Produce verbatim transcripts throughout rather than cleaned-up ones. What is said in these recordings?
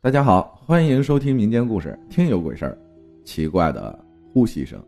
大家好，欢迎收听民间故事，听有鬼事儿，奇怪的呼吸声。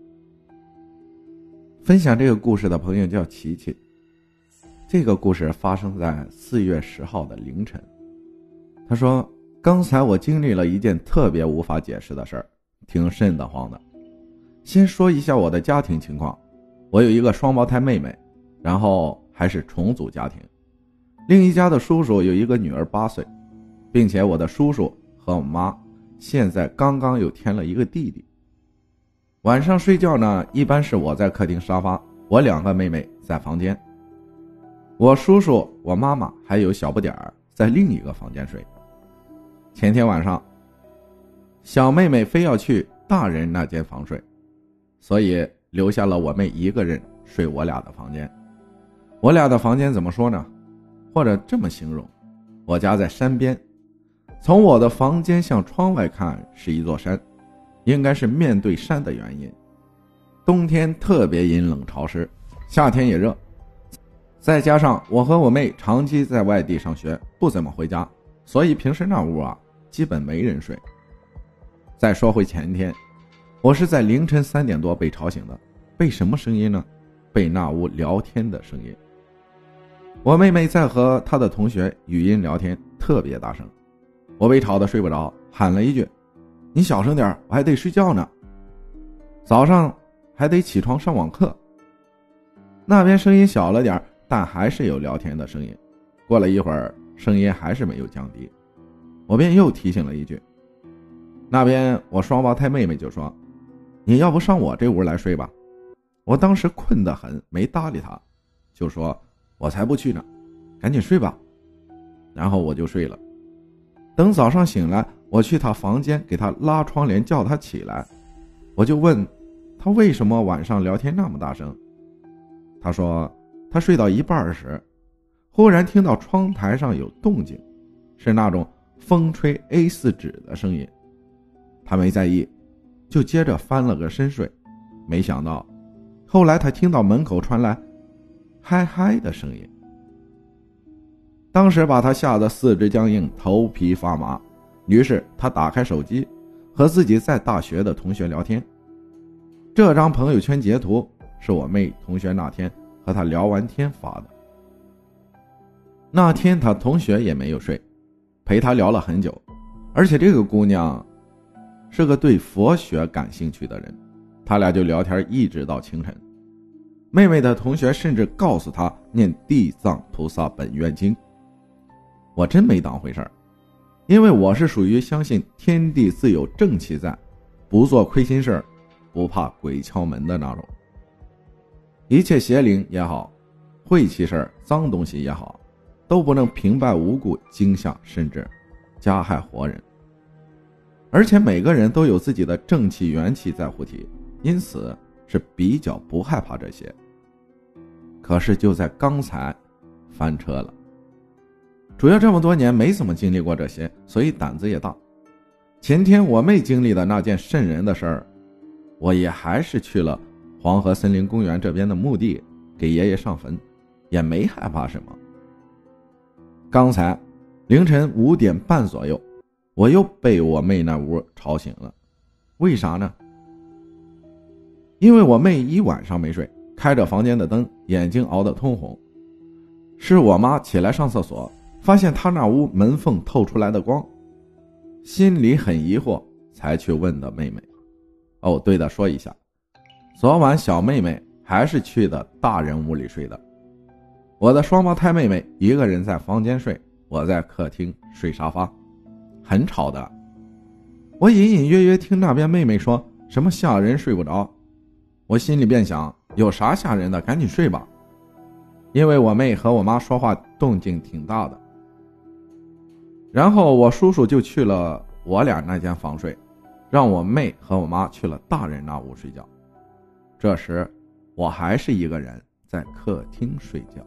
分享这个故事的朋友叫琪琪。这个故事发生在四月十号的凌晨。他说，刚才我经历了一件特别无法解释的事儿，挺瘆得慌的。先说一下我的家庭情况，我有一个双胞胎妹妹，然后还是重组家庭。另一家的叔叔有一个女儿八岁，并且我的叔叔和我妈现在刚刚又添了一个弟弟。晚上睡觉呢，一般是我在客厅沙发，我两个妹妹在房间，我叔叔、我妈妈还有小不点儿在另一个房间睡。前天晚上，小妹妹非要去大人那间房睡，所以留下了我妹一个人睡我俩的房间。我俩的房间怎么说呢？或者这么形容，我家在山边，从我的房间向窗外看是一座山，应该是面对山的原因。冬天特别阴冷潮湿，夏天也热，再加上我和我妹长期在外地上学，不怎么回家，所以平时那屋啊基本没人睡。再说回前天，我是在凌晨三点多被吵醒的，被什么声音呢？被那屋聊天的声音。我妹妹在和她的同学语音聊天，特别大声，我被吵得睡不着，喊了一句，你小声点，我还得睡觉呢，早上还得起床上网课。那边声音小了点，但还是有聊天的声音。过了一会儿，声音还是没有降低，我便又提醒了一句。那边我双胞胎妹妹就说，你要不上我这屋来睡吧。我当时困得很，没搭理她，就说我才不去呢，赶紧睡吧。然后我就睡了。等早上醒来，我去她房间给她拉窗帘叫她起来，我就问她为什么晚上聊天那么大声。她说她睡到一半时，忽然听到窗台上有动静，是那种风吹 A 四 纸的声音。她没在意，就接着翻了个身睡。没想到后来她听到门口传来嗨嗨的声音，当时把他吓得四肢僵硬，头皮发麻。于是他打开手机，和自己在大学的同学聊天。这张朋友圈截图是我妹同学那天和他聊完天发的。那天他同学也没有睡，陪他聊了很久，而且这个姑娘是个对佛学感兴趣的人，他俩就聊天一直到清晨。妹妹的同学甚至告诉她念地藏菩萨本愿经。我真没当回事儿，因为我是属于相信天地自有正气在，不做亏心事儿，不怕鬼敲门的那种。一切邪灵也好，晦气事儿、脏东西也好，都不能平白无故惊吓甚至加害活人。而且每个人都有自己的正气元气在护体，因此是比较不害怕这些。可是就在刚才翻车了，主要这么多年没怎么经历过这些，所以胆子也大。前天我妹经历的那件瘆人的事儿，我也还是去了黄河森林公园这边的墓地给爷爷上坟，也没害怕什么。刚才凌晨五点半左右，我又被我妹那屋吵醒了。为啥呢？因为我妹一晚上没睡，开着房间的灯，眼睛熬得通红。是我妈起来上厕所，发现她那屋门缝透出来的光，心里很疑惑，才去问的妹妹。哦，对的，说一下，昨晚小妹妹还是去的大人屋里睡的。我的双胞胎妹妹一个人在房间睡，我在客厅睡沙发，很吵的。我隐隐约约听那边妹妹说什么吓人睡不着，我心里便想，有啥吓人的，赶紧睡吧。因为我妹和我妈说话动静挺大的。然后我叔叔就去了我俩那间房睡，让我妹和我妈去了大人那屋睡觉。这时我还是一个人在客厅睡觉。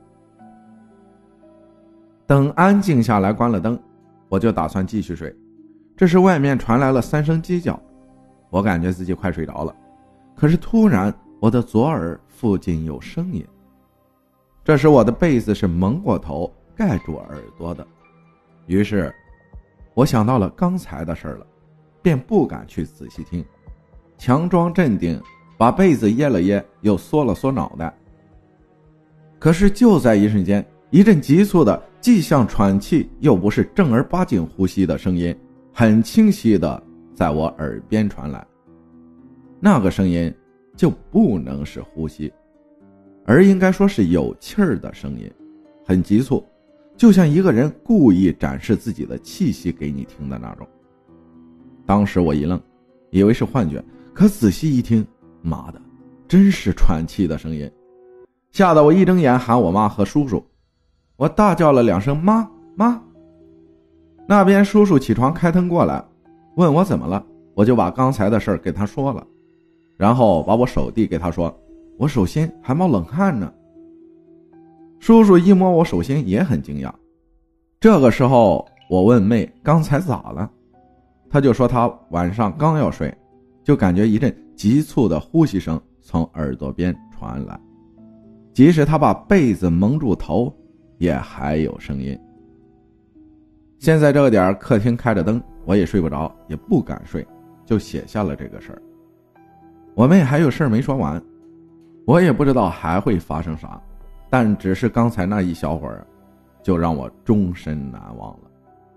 等安静下来关了灯，我就打算继续睡。这时外面传来了三声鸡叫，我感觉自己快睡着了。可是突然我的左耳附近有声音，这时我的被子是蒙过头盖住耳朵的，于是我想到了刚才的事了，便不敢去仔细听，强装镇定，把被子掖了掖，又缩了缩脑袋。可是就在一瞬间，一阵急促的既像喘气又不是正儿八经呼吸的声音很清晰的在我耳边传来。那个声音就不能是呼吸，而应该说是有气儿的声音，很急促，就像一个人故意展示自己的气息给你听的那种。当时我一愣，以为是幻觉，可仔细一听，妈的，真是喘气的声音，吓得我一睁眼喊我妈和叔叔。我大叫了两声妈妈，那边叔叔起床开灯过来，问我怎么了，我就把刚才的事儿给他说了，然后把我手递给他说，我手心还冒冷汗呢。叔叔一摸我手心也很惊讶。这个时候我问妹刚才咋了，他就说他晚上刚要睡，就感觉一阵急促的呼吸声从耳朵边传来，即使他把被子蒙住头也还有声音。现在这个点客厅开着灯，我也睡不着，也不敢睡，就写下了这个事儿。我妹还有事儿没说完，我也不知道还会发生啥，但只是刚才那一小会儿就让我终身难忘了。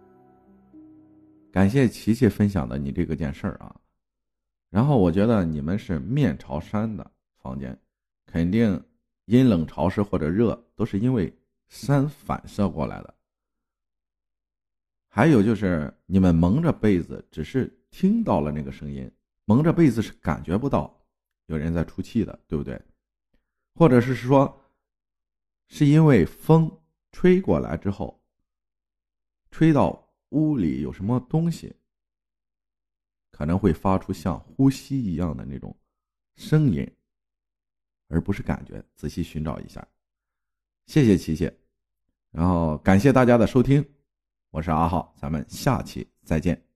感谢琪琪分享的你这个件事儿啊。然后我觉得你们是面朝山的房间，肯定阴冷潮湿或者热都是因为山反射过来的。还有就是你们蒙着被子只是听到了那个声音，蒙着被子是感觉不到有人在出气的，对不对？或者是说是因为风吹过来之后，吹到屋里有什么东西，可能会发出像呼吸一样的那种声音，而不是感觉，仔细寻找一下。谢谢琪琪，然后感谢大家的收听，我是阿浩，咱们下期再见。